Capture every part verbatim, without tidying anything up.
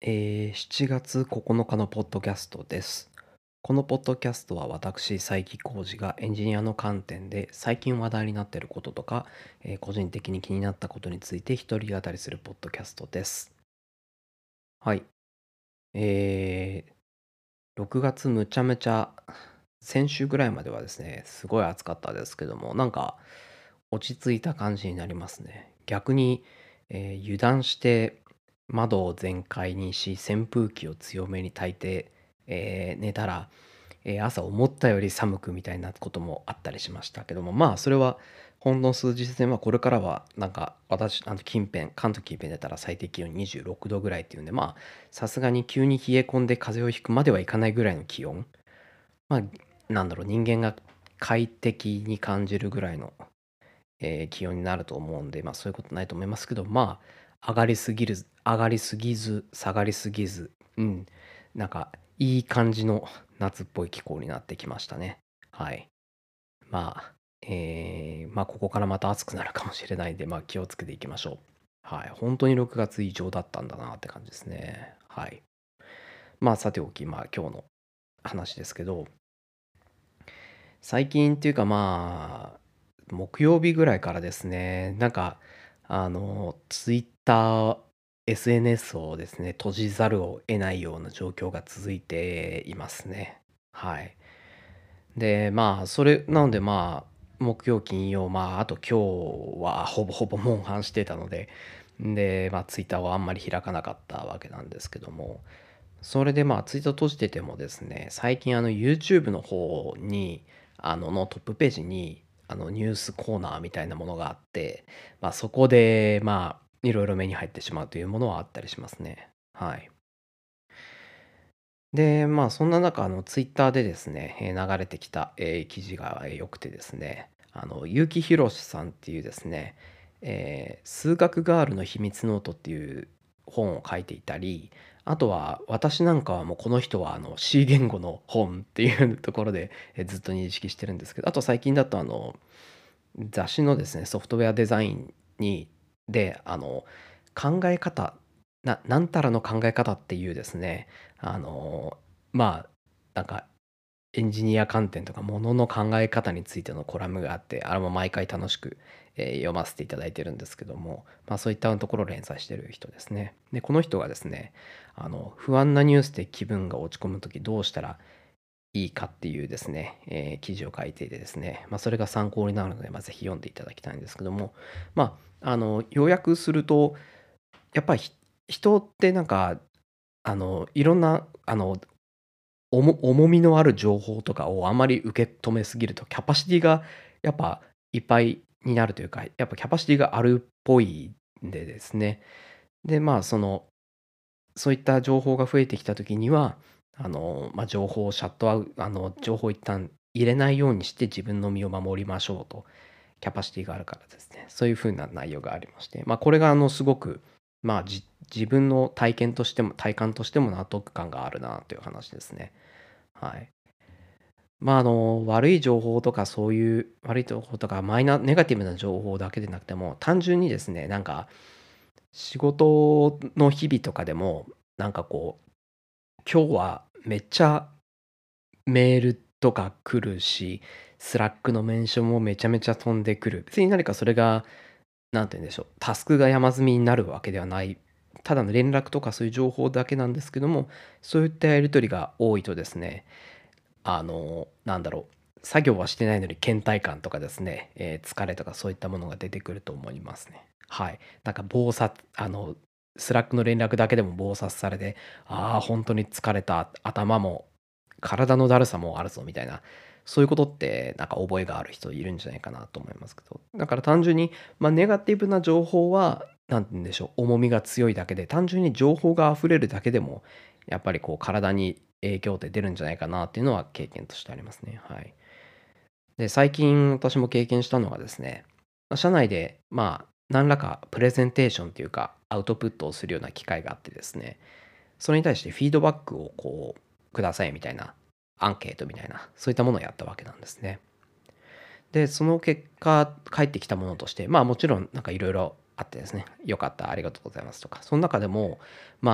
えー、しちがつここのかのポッドキャストです。このポッドキャストは私、佐伯浩二がエンジニアの観点で最近話題になっていることとか、えー個人的に気になったことについて一人語りするポッドキャストです。はい。えー、ろくがつむちゃむちゃ、先週ぐらいまではですね、すごい暑かったですけども、なんか落ち着いた感じになりますね。逆に、えー油断して窓を全開にし、扇風機を強めに焚いて、えー寝たら、えー朝思ったより寒くみたいなこともあったりしましたけども、まあそれはほんの数日で、まあこれからはなんか私、あの近辺、関東近辺出たら最低気温にじゅうろくどぐらいっていうんで、まあさすがに急に冷え込んで風邪をひくまではいかないぐらいの気温。まあなんだろう、人間が快適に感じるぐらいのえー気温になると思うんで、まあそういうことないと思いますけど、まあ上がりすぎる、上がりすぎず、下がりすぎず、うん、なんかいい感じの夏っぽい気候になってきましたね。はい。まあ、えーまあここからまた暑くなるかもしれないんで、まあ気をつけていきましょう。はい。本当にろくがつ異常だったんだなって感じですね。はい。まあさておき、まあ今日の話ですけど、最近っていうかまあ、木曜日ぐらいからですね、なんか、あの、ツイッター、エスエヌエス をですね、閉じざるを得ないような状況が続いていますね。はい。で、まあ、それ、なのでまあ、木曜、金曜、まあ、あと今日はほぼほぼモンハンしてたので、で、まあ、ツイッターをあんまり開かなかったわけなんですけども、それでまあツイート閉じててもですね、最近あの YouTube の方に、あののトップページにあのニュースコーナーみたいなものがあって、まあそこでまあいろいろ目に入ってしまうというものはあったりしますね。はい。で、まあそんな中、あの Twitter でですね、えー流れてきた、えー記事がえー良くてですね、あの結城宏さんっていうですね、えー数学ガールの秘密ノートっていう本を書いていたり、あとは私なんかはもうこの人はあの C 言語の本っていうところでえーずっと認識してるんですけど、あと最近だとあの雑誌のですね、ソフトウェアデザインにで、あの考え方ななんたらの考え方っていうですね、あのまあなんかエンジニア観点とかものの考え方についてのコラムがあって、あれも毎回楽しく、えー読ませていただいてるんですけども、まあ、そういったところを連載してる人ですね。でこの人がですね、あの不安なニュースで気分が落ち込む時どうしたらいいかっていうですね、えー記事を書いていてですね、まあ、それが参考になるので、まあ、ぜひ読んでいただきたいんですけども、まあ、あの要約すると、やっぱりひ人ってなんかあのいろんなあの重重みのある情報とかをあまり受け止めすぎると、キャパシティがやっぱいっぱいになるというか、やっぱキャパシティがあるっぽいんでですね。で、まあ、その、そういった情報が増えてきた時には、あの、まあ、情報をシャットアウトあの、情報を一旦入れないようにして自分の身を守りましょうと、キャパシティがあるからですね。そういう風な内容がありまして、まあ、これがあの、すごく、まあ、じ自分の体験としても体感としても納得感があるなという話ですね。はい。まあ、あの、悪い情報とかそういう悪い情報とかマイナネガティブな情報だけでなくても、単純にですね、なんか仕事の日々とかでも、なんかこう、今日はめっちゃメールとか来るし、スラックのメンションもめちゃめちゃ飛んでくる。別に何かそれが、なんて言うんでしょう、タスクが山積みになるわけではない。ただの連絡とかそういう情報だけなんですけども、そういったやり取りが多いとですね、あの、なんだろう、作業はしてないのに倦怠感とかですね、えー疲れとかそういったものが出てくると思いますね。はい。なんか忙殺、あの、スラックの連絡だけでも忙殺されて、ああ、本当に疲れた、頭も、体のだるさもあるぞみたいな、そういうことってなんか覚えがある人いるんじゃないかなと思いますけど、だから単純に、まあ、ネガティブな情報は、なんて言うんでしょう、重みが強いだけで、単純に情報が溢れるだけでも、やっぱりこう体に影響って出るんじゃないかなっていうのは経験としてありますね。はい。で、最近私も経験したのがですね、まあ社内でまあ何らかプレゼンテーションっていうかアウトプットをするような機会があってですね、それに対してフィードバックをこうくださいみたいなアンケートみたいな、そういったものをやったわけなんですね。で、その結果返ってきたものとして、まあもちろんなんかいろいろあってですね、よかった、ありがとうございますとか、その中でも、まあ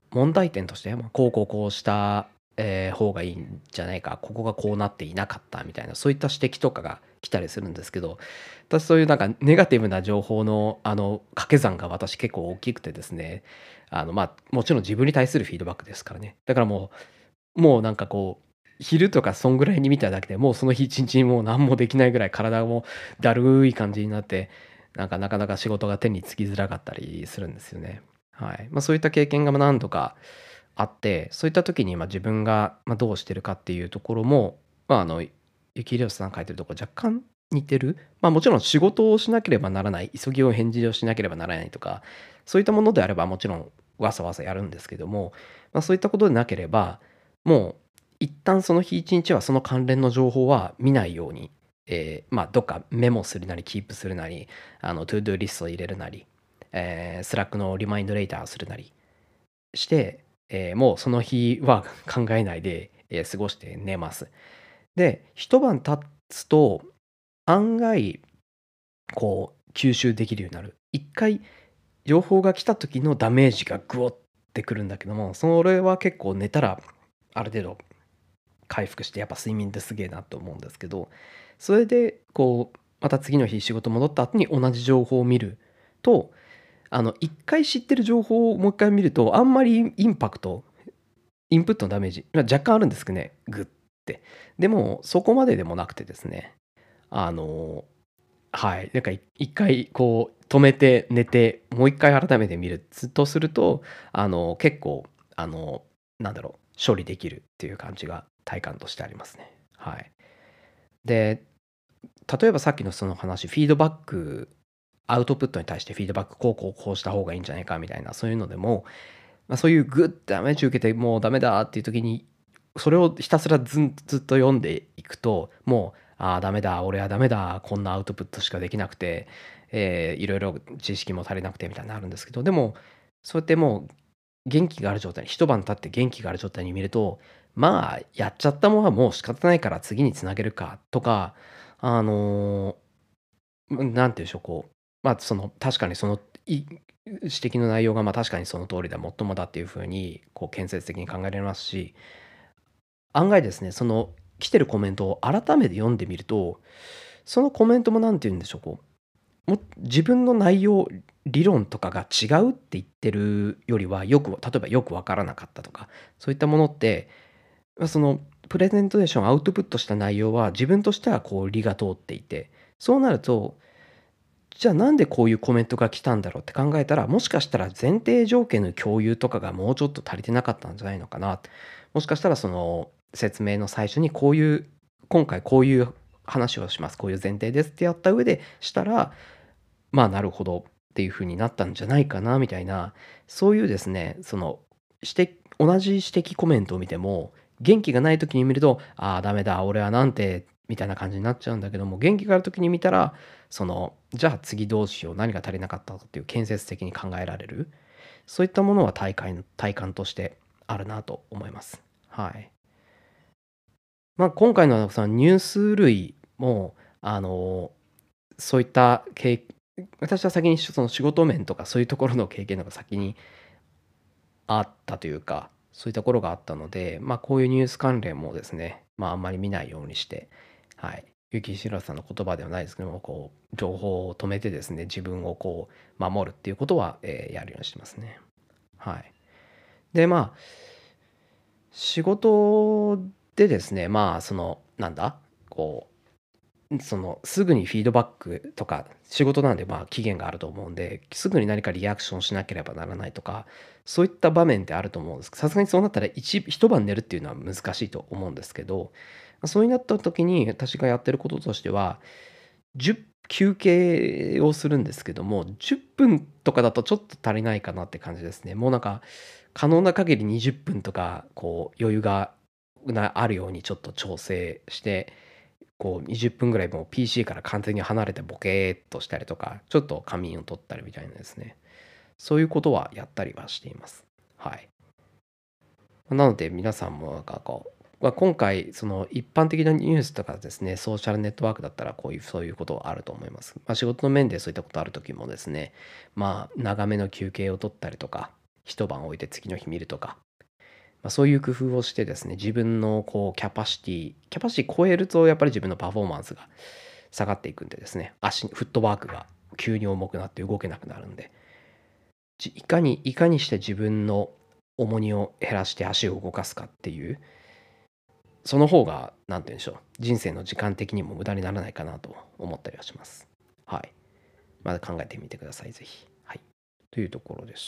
問題点として、まあ、こうこうこうした、えー方がいいんじゃないか、ここがこうなっていなかったみたいな、そういった指摘とかが来たりするんですけど、私そういうなんかネガティブな情報のあの掛け算が私結構大きくてですね、あのまあもちろん自分に対するフィードバックですからね。だからもう、もうなんかこう、昼とかそんぐらいに見ただけでもうその日一日もう何もできないぐらい体もだるい感じになって、なんかなかなか仕事が手につきづらかったりするんですよね。はい。まあそういった経験がまあ何度かあって、そういった時にまあ自分がまあどうしてるかっていうところも、まああの、ゆきりょうさん書いてるところ若干似てる。まあもちろん仕事をしなければならない、急ぎを返事をしなければならないとか、そういったものであればもちろんわさわさやるんですけども、まあそういったことでなければ、もう一旦その日一日はその関連の情報は見ないように、えーまあどっかメモするなり、キープするなり、あの、トゥードゥリストを入れるなり、えー、スラックのリマインドレーターをするなりして、えーもうその日は考えないで、えー過ごして寝ます。で、一晩経つと、案外、こう、吸収できるようになる。一回、情報が来た時のダメージがグオってくるんだけども、それは結構寝たら、ある程度回復して、やっぱ睡眠ってすげえなと思うんですけど、それで、こう、また次の日仕事戻った後に同じ情報を見ると、あの、一回知ってる情報をもう一回見ると、あんまりインパクト、インプットのダメージ、まあ、若干あるんですけどね、グッて。でも、そこまででもなくてですね、あの、はい、なんかい一回こう止めて寝て、もう一回改めて見るとすると、あの、結構、あの、なんだろう、処理できるっていう感じが体感としてありますね。はい。で、例えばさっきのその話、フィードバック、アウトプットに対してフィードバック、こうこうこうした方がいいんじゃないかみたいな、そういうのでも、まあ、そういうグッてダメージ受けて、もうダメだっていう時に、それをひたすらずんずっと読んでいくと、もう、ああ、ダメだ、俺はダメだ、こんなアウトプットしかできなくて、えーいろいろ知識も足りなくてみたいになるんですけど、でも、そうやってもう元気がある状態に、一晩経って元気がある状態に見ると、まあ、やっちゃったものはもう仕方ないから次につなげるかとか、あのーなんていうんでしょう、こう、まあ、その、確かにその、い指摘の内容が、ま、確かにその通りだ、もっともだっていう風に、こう建設的に考えられますし、案外ですね、その来てるコメントを改めて読んでみると、そのコメントも何て言うんでしょう、こう、も自分の内容、理論とかが違うって言ってるよりは、よく例えばよくわからなかったとか、そういったものって、ま、そのプレゼンテーション、アウトプットした内容は自分としてはこう理が通っていて、そうなるとじゃあなんでこういうコメントが来たんだろうって考えたら、もしかしたら前提条件の共有とかがもうちょっと足りてなかったんじゃないのかな。もしかしたらその説明の最初にこういう、今回こういう話をします。こういう前提ですってやった上でしたら、まあなるほどっていう風になったんじゃないかなみたいな、そういうですね、その指摘同じ指摘コメントを見ても、元気がない時に見ると、ああ、ダメだ、俺はなんてみたいな感じになっちゃうんだけども、元気がある時に見たら、その、じゃあ次どうしよう、何が足りなかったかっていう建設的に考えられる、そういったものは体感体感としてあるなと思います。はい。まあ、今回のそのニュース類も、あの、そういったけ私は先にその仕事面とかそういうところの経験のが先にあったというか、そういうところがあったので、まあ、こういうニュース関連もですね、まあ、あんまり見ないようにして、はい。雪城さんの言葉ではないですけども、こう、情報を止めてですね、自分をこう、守るっていうことは、えーやるようにしてますね。はい。で、まあ、仕事でですね、まあ、その、なんだ、こう、その、すぐにフィードバックとか、仕事なんで、まあ、期限があると思うんで、すぐに何かリアクションしなければならないとか、そういった場面ってあると思うんです。さすがにそうなったら一一晩寝るっていうのは難しいと思うんですけど、そうになった時に私がやってることとしては、じゅう休憩をするんですけども、じゅっぷんとかだとちょっと足りないかなって感じですね。もうなんか、可能な限りにじゅっぷんとか、こう余裕がなあるようにちょっと調整して、こうにじゅっぷんぐらいもう ピーシー から完全に離れてボケーっとしたりとか、ちょっと仮眠を取ったりみたいなですね。そういうことはやったりはしています。はい。なので皆さんもなんかこう、まあ、今回その一般的なニュースとかですね、ソーシャルネットワークだったらこういうそういうことはあると思います。まあ、仕事の面でそういったことある時もですね、まあ長めの休憩を取ったりとか、 一晩置いて次の日見るとか、まあ、そういう工夫をしてですね、自分のこうキャパシティ、キャパシティ超えるとやっぱり自分のパフォーマンスが下がっていくんでですね、足、フットワークが急に重くなって動けなくなるんで、じいかに、いかにして自分の重荷を減らして足を動かすかっていう、その方が、なんて言うんでしょう、人生の時間的にも無駄にならないかなと思ったりはします。はい。まだ考えてみてください、ぜひ。はい。というところです。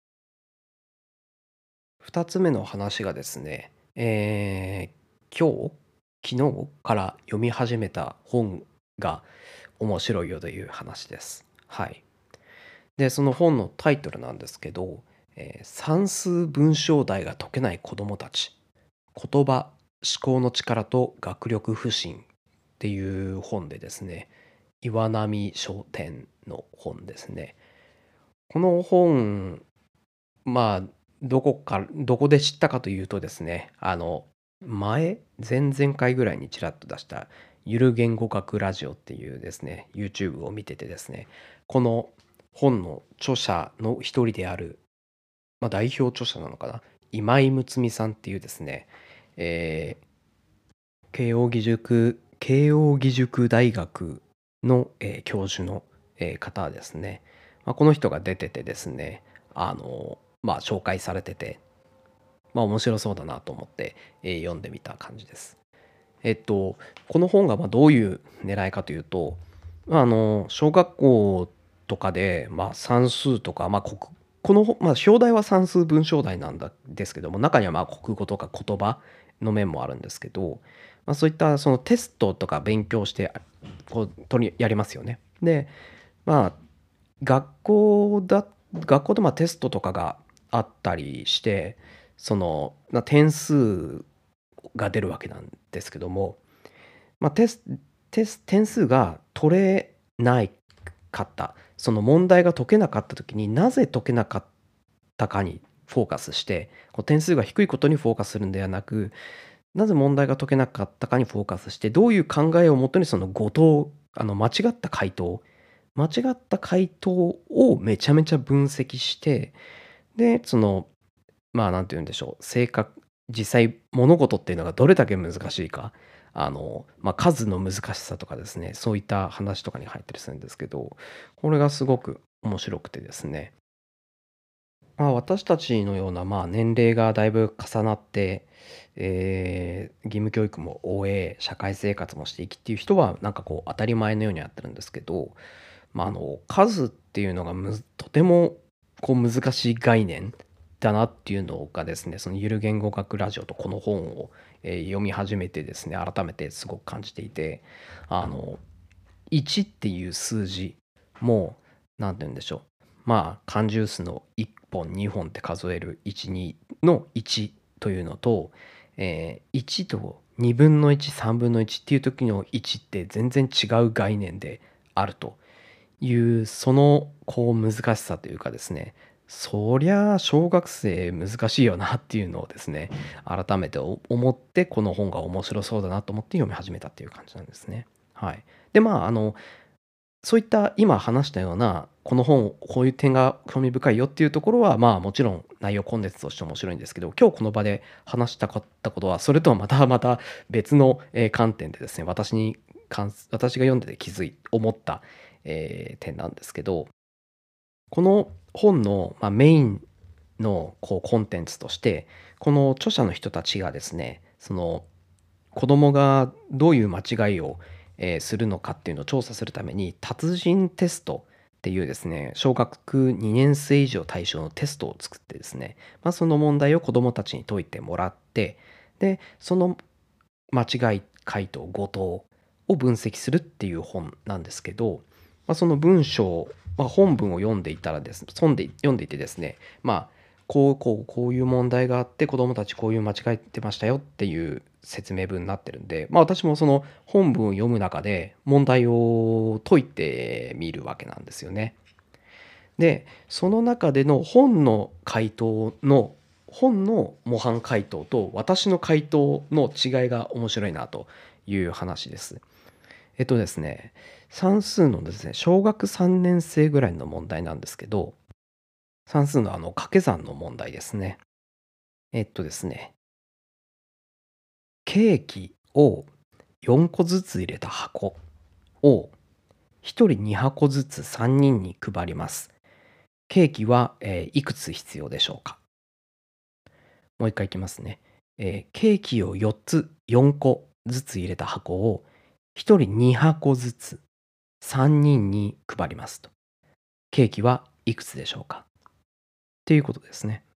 ふたつめの話がですね、えー今日、昨日から読み始めた本が面白いよという話です。はい。で、その本のタイトルなんですけど、えー算数文章題が解けない子どもたち、言葉、思考の力と学力不振っていう本でですね、岩波書店の本ですね。この本、まあ、どこか、どこで知ったかというとですね、あの、前、前々回ぐらいにちらっと出したゆる言語学ラジオっていうですね、YouTube を見ててですね、この本の著者の一人である、まあ、代表著者なのかな、今井睦美さんっていうですね、えー慶應義塾、慶應義塾大学の、えー教授の、えー方ですね。まあ、この人が出ててですね、あの、まあ、紹介されてて、まあ、面白そうだなと思って、えー読んでみた感じです。えっと、この本がまあどういう狙いかというと、まああの、小学校とかで、まあ、算数とか、まあ、国この、まあ、表題は算数文章題なんだですけども、中にはまあ国語とか言葉の面もあるんですけど、まあ、そういったそのテストとか勉強してこう取りやりますよね。で、まあ、学校だ、学校でまあテストとかがあったりして、その、まあ点数が出るわけなんですけども、まあ、テス、テス、点数が取れないかった、その問題が解けなかった時になぜ解けなかったかにフォーカスして、こう点数が低いことにフォーカスするんではなく、なぜ問題が解けなかったかにフォーカスして、どういう考えをもとにその誤答、あの間違った回答、間違った回答をめちゃめちゃ分析して、で、その、まあ、なんて言うんでしょう、正確、実際物事っていうのがどれだけ難しいか、あの、まあ、数の難しさとかですね、そういった話とかに入ったりするんですけど、これがすごく面白くてですね、まあ、私たちのような、まあ、年齢がだいぶ重なって、えー義務教育も終え、社会生活もしていきっていう人は、なんかこう当たり前のようにやってるんですけど、まあ、あの数っていうのがむとてもこう難しい概念だなっていうのがですね、そのゆる言語学ラジオとこの本を、えー読み始めてですね、改めてすごく感じていて、あのいちっていう数字も、なんて言うんでしょう、まあ漢字数のいっぽんにほんって数えるいちにのいちというのと、えーいちとにぶんのいち、さんぶんのいちっていう時のいちって全然違う概念であるという、そのこう難しさというかですね、そりゃあ小学生難しいよなっていうのをですね、改めてお思って、この本が面白そうだなと思って読み始めたっていう感じなんですね。はい。で、まあ、あの、そういった今話したような、この本、こういう点が興味深いよっていうところは、まあもちろん内容コンテンツとして面白いんですけど、今日この場で話したかったことは、それとはまたまた別のえー観点でですね、私に関す、私が読んでて気づい、思った、えー点なんですけど、この本の、まあ、メインのこうコンテンツとして、この著者の人たちがですね、その子供がどういう間違いを、えーするのかっていうのを調査するために、達人テストっていうですね、小学にねん生以上対象のテストを作ってですね、まあ、その問題を子供たちに解いてもらって、で、その間違い回答誤答を分析するっていう本なんですけど、まあ、その文章、まあ、本文を読んでいたらですね、読んで読んでいてですね、まあこうこうこういう問題があって子どもたちこういう間違えてましたよっていう説明文になってるんで、まあ、私もその本文を読む中で問題を解いてみるわけなんですよね。で、その中での本の回答の本の模範回答と私の回答の違いが面白いなという話です。えっとですね、算数のですね、小学さんねん生ぐらいの問題なんですけど、 算数のあの掛け算の問題ですね。えっとですね、ケーキをよんこずつ入れた箱をひとりに箱ずつさんにんに配ります。ケーキは、えーいくつ必要でしょうか？もう一回いきますね。えーケーキをよっつ、よんこずつ入れた箱をひとりに箱ずつさんにんに配りますと。ケーキはいくつでしょうか？っていうことですね。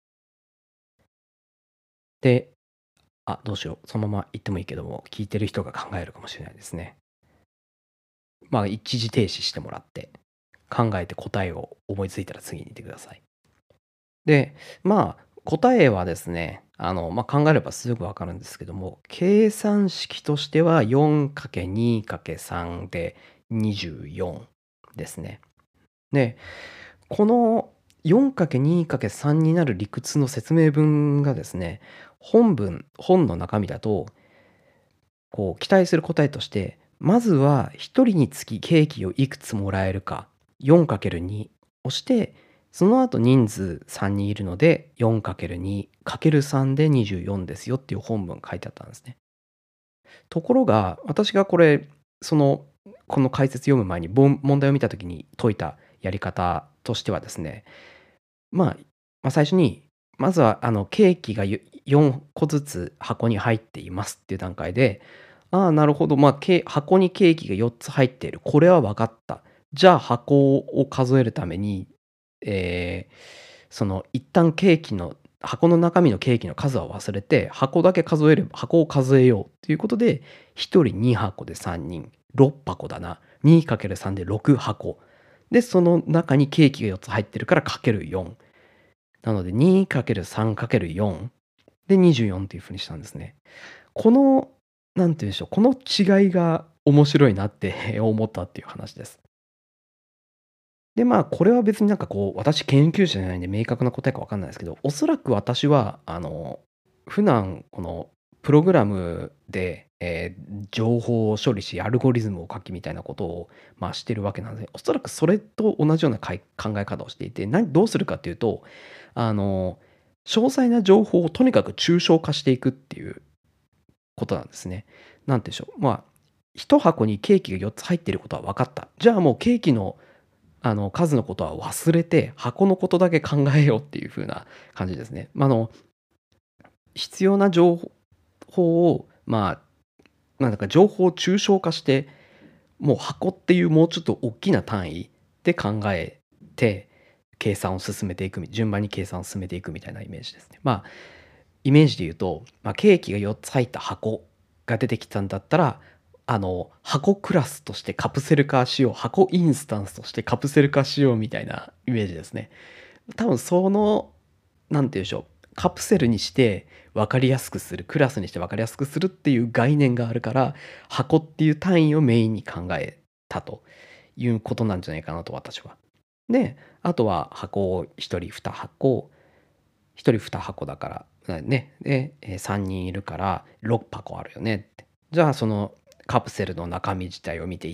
で、あ、どうしよう。そのまま言ってもいいけども、聞いてる人が考えるかもしれないですね。まあ、一時停止してもらって、考えて答えを思いついたら次に言ってください。で、まあ、答えはですね、あの、まあ、考えればすぐわかるんですけども、計算式としては よんかけるにかけるさん でにじゅうよんですね。で、この よんかけるにかけるさん になる理屈の説明文がですね、本文、本の中身だと、こう期待する答えとして、まずはひとりにつきケーキをいくつもらえるか、よんかけるにをして、その後人数さんにんいるので よんかけるにかけるさん でにじゅうよんですよっていう本文書いてあったんですね。ところが、私がこれ、その、この解説読む前にぼん問題を見た時に解いたやり方としてはですね、まあ、まあ、最初に、まずはあのケーキがよよんこずつ箱に入っていますっていう段階で、ああ、なるほど、まあ、け箱にケーキがよっつ入っている。これは分かった。じゃあ箱を数えるために、えーその一旦ケーキの箱の中身のケーキの数は忘れて、箱だけ数える箱を数えようっていうことで、ひとりに箱でさんにん、ろっ箱だな。にかけるさんでろく箱。で、その中にケーキがよっつ入ってるからかけるよん。なので にかけるさんかけるよん でにじゅうよんっていう風にしたんですね。この、なんて言うんでしょう、この違いが面白いなって思ったっていう話です。で、まあ、これは別になんかこう、私研究者じゃないんで明確な答えかわかんないですけど、おそらく私は、あの、普段このプログラムで、えー情報を処理し、アルゴリズムを書きみたいなことを、まあ、してるわけなので、おそらくそれと同じようなかい考え方をしていて、何どうするかっていうと、あの、詳細な情報をとにかく抽象化していくっていうことなんですね。なんて言うんでしょう、まあ、一箱にケーキがよっつ入っていることは分かった。じゃあもうケーキのあの、数のことは忘れて、箱のことだけ考えようっていう風な感じですね。ま、ああの、必要な情報を、まあ、ま、なんか情報を抽象化して、もう箱っていうもうちょっと大きな単位で考えて、計算を進めていくみ順番に計算を進めていくみたいなイメージですね。まあ、イメージで言うと、まあ、ケーキがよっつ入った箱が出てきたんだったら、あの、箱クラスとしてカプセル化しよう、箱インスタンスとしてカプセル化しようみたいなイメージですね。多分その、なんて言うんでしょう、カプセルにして分かりやすくする、クラスにして分かりやすくするっていう概念があるから、箱っていう単位をメインに考えたということなんじゃないかなと私は。で、あとは箱をひとりに箱、ひとりに箱だから、ね、で、え、さんにんいるからろっ箱あるよねって。じゃあそのカプセルの中身自体を見ていって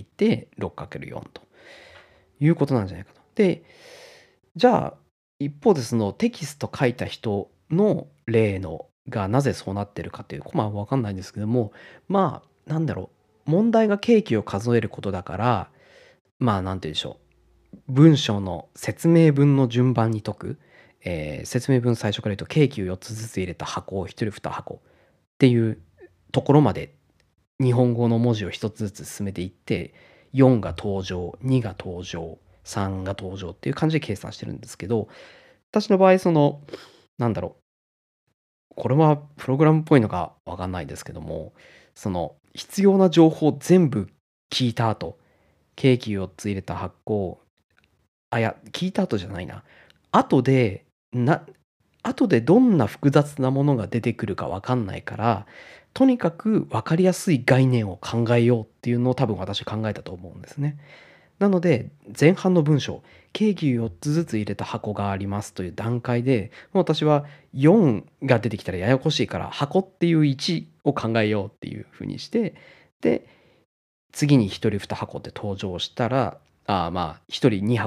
ろくかけるよん ということなんじゃないかと。で、じゃあ一方でそのテキスト書いた人の例のがなぜそうなってるかっていう、まあ、わかんないんですけども、まあ、なんだろう、問題がケーキを数えることだから、まあ、なんて言うんでしょう、文章の説明文の順番に解く、えー説明文最初から言うとケーキをよっつずつ入れた箱をひとりに箱っていうところまで日本語の文字をひとつずつ進めていって、よんが登場、にが登場、さんが登場っていう感じで計算してるんですけど、私の場合その、なんだろう、これはプログラムっぽいのかわかんないですけども、その必要な情報を全部聞いた後、ケーキよっつ入れた箱、あ、いや、聞いた後じゃないな。後で、な後でどんな複雑なものが出てくるかわかんないから、とにかく分かりやすい概念を考えようっていうのを多分私考えたと思うんですね。なので、前半の文章、ケーキよっつずつ入れた箱がありますという段階で、もう私はよんが出てきたらややこしいから、箱っていういちを考えようっていう風にして、で、次にひとりに箱って登場したら、ああ、まあ、ひとりに箱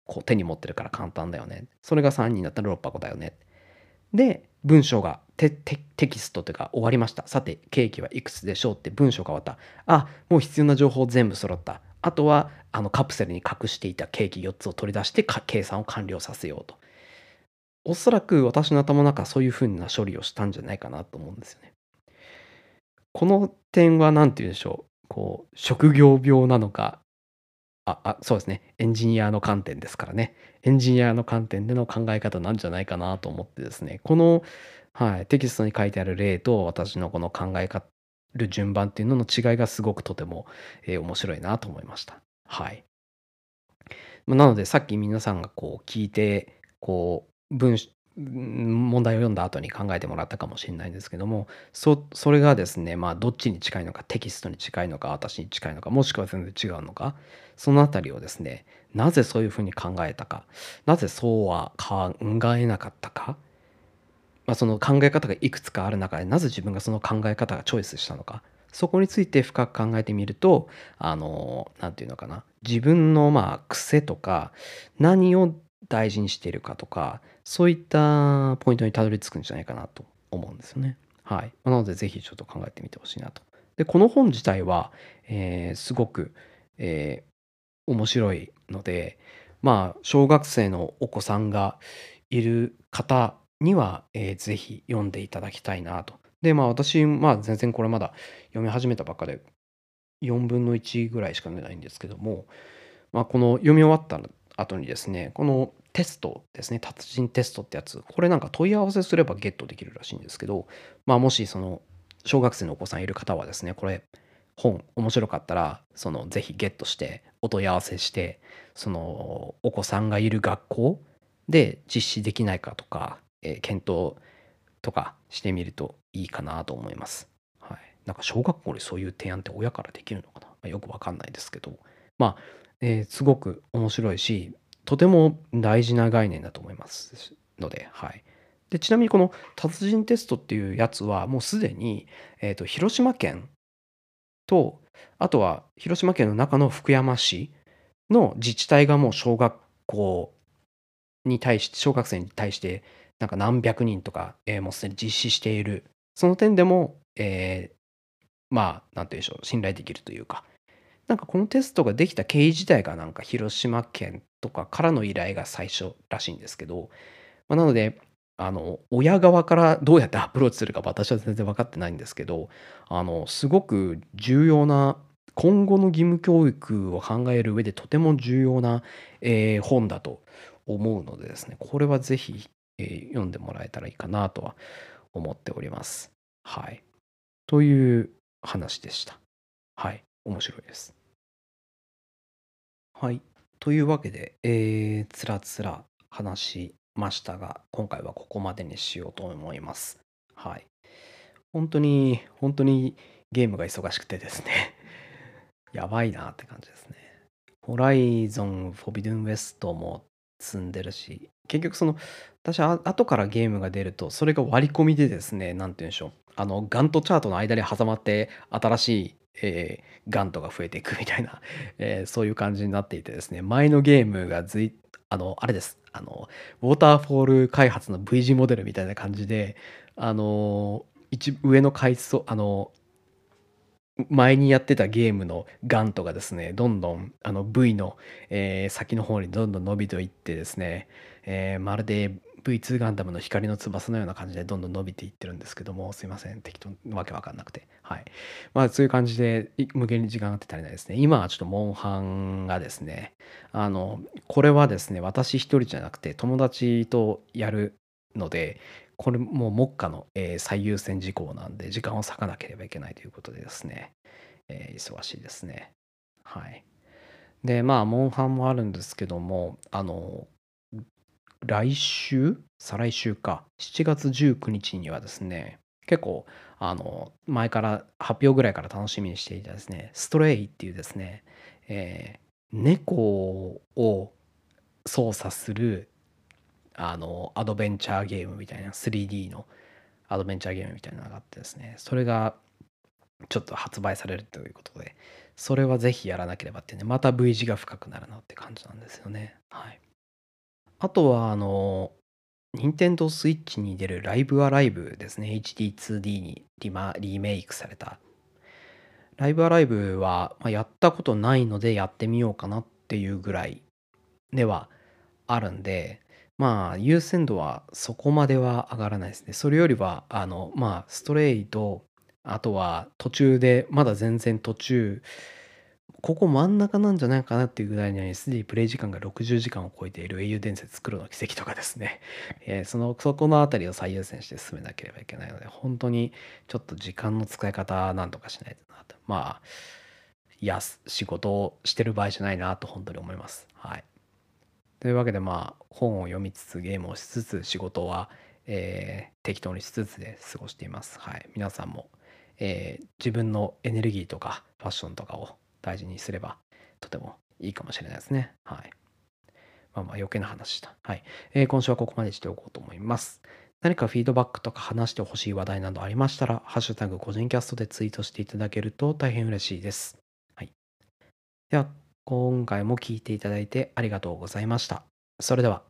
こう手に持ってるから簡単だよね。それがさんにんだったらろっぱこだよね。で、文章がテテテキストというか終わりました。さて、ケーキはいくつでしょうって文章が終わった。あ、もう必要な情報全部揃った。あとはあのカプセルに隠していたケーキよっつを取り出してか計算を完了させようと。おそらく私の頭の中はそういう風な処理をしたんじゃないかなと思うんですよね。この点は何て言うんでしょう、こう職業病なのか、ああ、そうですね、エンジニアの観点ですからね。エンジニアの観点での考え方なんじゃないかなと思ってですね、この、はい、テキストに書いてある例と私のこの考えかる順番っていうのの違いがすごくとても、え、面白いなと思いました。はい。ま、なので、さっき皆さんがこう聞いて、こう、文しん、問題を読んだ後に考えてもらったかもしれないんですけども、そそれがですね、まあ、どっちに近いのか、テキストに近いのか、私に近いのか、もしくは全然違うのか、そのあたりをですね、なぜそういう風に考えたか、なぜそうは考えなかったか、まあ、その考え方がいくつかある中で、なぜ自分がその考え方がチョイスしたのか、そこについて深く考えてみると、あの、なんていうのかな、自分のまあ癖とか、何を大事にしているかとか、そういったポイントにたどり着くんじゃないかなと思うんですよね。はい。なので、ぜひちょっと考えてみてほしいなと。で、この本自体は、えーすごく、えー面白いので、まあ、小学生のお子さんがいる方には、えーぜひ読んでいただきたいなと。で、まあ、私、まあ、全然これまだ読み始めたばっかで、よんぶんのいちぐらいしか読んでないんですけども、まあ、この読み終わった後にですね、このテストですね、達人テストってやつ、これなんか問い合わせすればゲットできるらしいんですけど、まあ、もしその小学生のお子さんいる方はですね、これ本面白かったら、そのぜひゲットしてお問い合わせして、そのお子さんがいる学校で実施できないかとか、えー検討とかしてみるといいかなと思います。はい。なんか小学校でそういう提案って親からできるのかな、まあ、よくわかんないですけど、まあ、えーすごく面白いし、とても大事な概念だと思いますので、はい。で、ちなみにこの達人テストっていうやつはもうすでに、えっと、広島県と、あとは広島県の中の福山市の自治体がもう小学校に対して、小学生に対して、なんか何百人とか、えーもうすでに実施している。その点でも、えーまあ、なんて言うんでしょう、信頼できるというか、なんかこのテストができた経緯自体がなんか広島県とかからの依頼が最初らしいんですけど、まあ、なので、あの、親側からどうやってアプローチするか私は全然分かってないんですけど、あの、すごく重要な、今後の義務教育を考える上でとても重要な、えー本だと思うのでですね、これはぜひ、えー読んでもらえたらいいかなとは思っております。はい。という話でした。はい。面白いです。はい。というわけで、えー、つらつら話しましたが、今回はここまでにしようと思います。はい。本当に、本当にゲームが忙しくてですね、やばいなって感じですね。ホライゾン、フォビドゥンウエストも積んでるし、結局その、私は後からゲームが出ると、それが割り込みでですね、なんて言うんでしょう。あの、ガントチャートの間に挟まって、新しい、えーガントが増えていくみたいな、えーそういう感じになっていてですね、前のゲームがずい、あの、あれです。あの、ウォーターフォール開発の ブイ 字モデルみたいな感じで、あの、一上の階層、あの、前にやってたゲームのガントがですね、どんどんあの ブイ の、えー先の方にどんどん伸びていってですね、えーまるで ブイツー ガンダムの光の翼のような感じでどんどん伸びていってるんですけども、すいません、適当わけわかんなくて。はい。まあそういう感じで、い無限に時間があって足りないですね。今はちょっとモンハンがですね、あの、これはですね、私一人じゃなくて友達とやるので、これもう目下の、えー最優先事項なんで、時間を割かなければいけないということでですね、えー忙しいですね。はい。で、まあ、モンハンもあるんですけども、あの、来週再来週か。しちがつじゅうくにちにちにはですね、結構、あの、前から発表ぐらいから楽しみにしていたですね、ストレイっていうですね、えー猫を操作する、あの、アドベンチャーゲームみたいな、スリーディー のアドベンチャーゲームみたいなのがあってですね、それがちょっと発売されるということで、それはぜひやらなければってね、また ブイ 字が深くなるなって感じなんですよね。はい。 あとは、あの、ニンテンドースイッチに出るライブアライブですね。エイチディーツーディー にリマリメイクされた。ライブアライブは、まあ、やったことないのでやってみようかなっていうぐらいではあるんで、まあ、優先度はそこまでは上がらないですね。それよりは、あの、まあ、ストレイと、あとは途中で、まだ全然途中、ここ真ん中なんじゃないかなっていうぐらいにすでにプレイ時間がろくじゅうじかんを超えている英雄伝説黒の奇跡とかですね、えーその、そこのあたりを最優先して進めなければいけないので、本当にちょっと時間の使い方なんとかしないとなと。まあ、いや、仕事をしてる場合じゃないなと本当に思います。はい。というわけで、まあ、本を読みつつ、ゲームをしつつ、仕事は、えー適当にしつつで過ごしています。はい。皆さんも、えー自分のエネルギーとかファッションとかを大事にすれば、とてもいいかもしれないですね。はい。まあまあ余計な話した。はい。えー今週はここまでしておこうと思います。何かフィードバックとか話してほしい話題などありましたら、ハッシュタグ個人キャストでツイートしていただけると大変嬉しいです。はい。では、今回も聞いていただいてありがとうございました。それでは。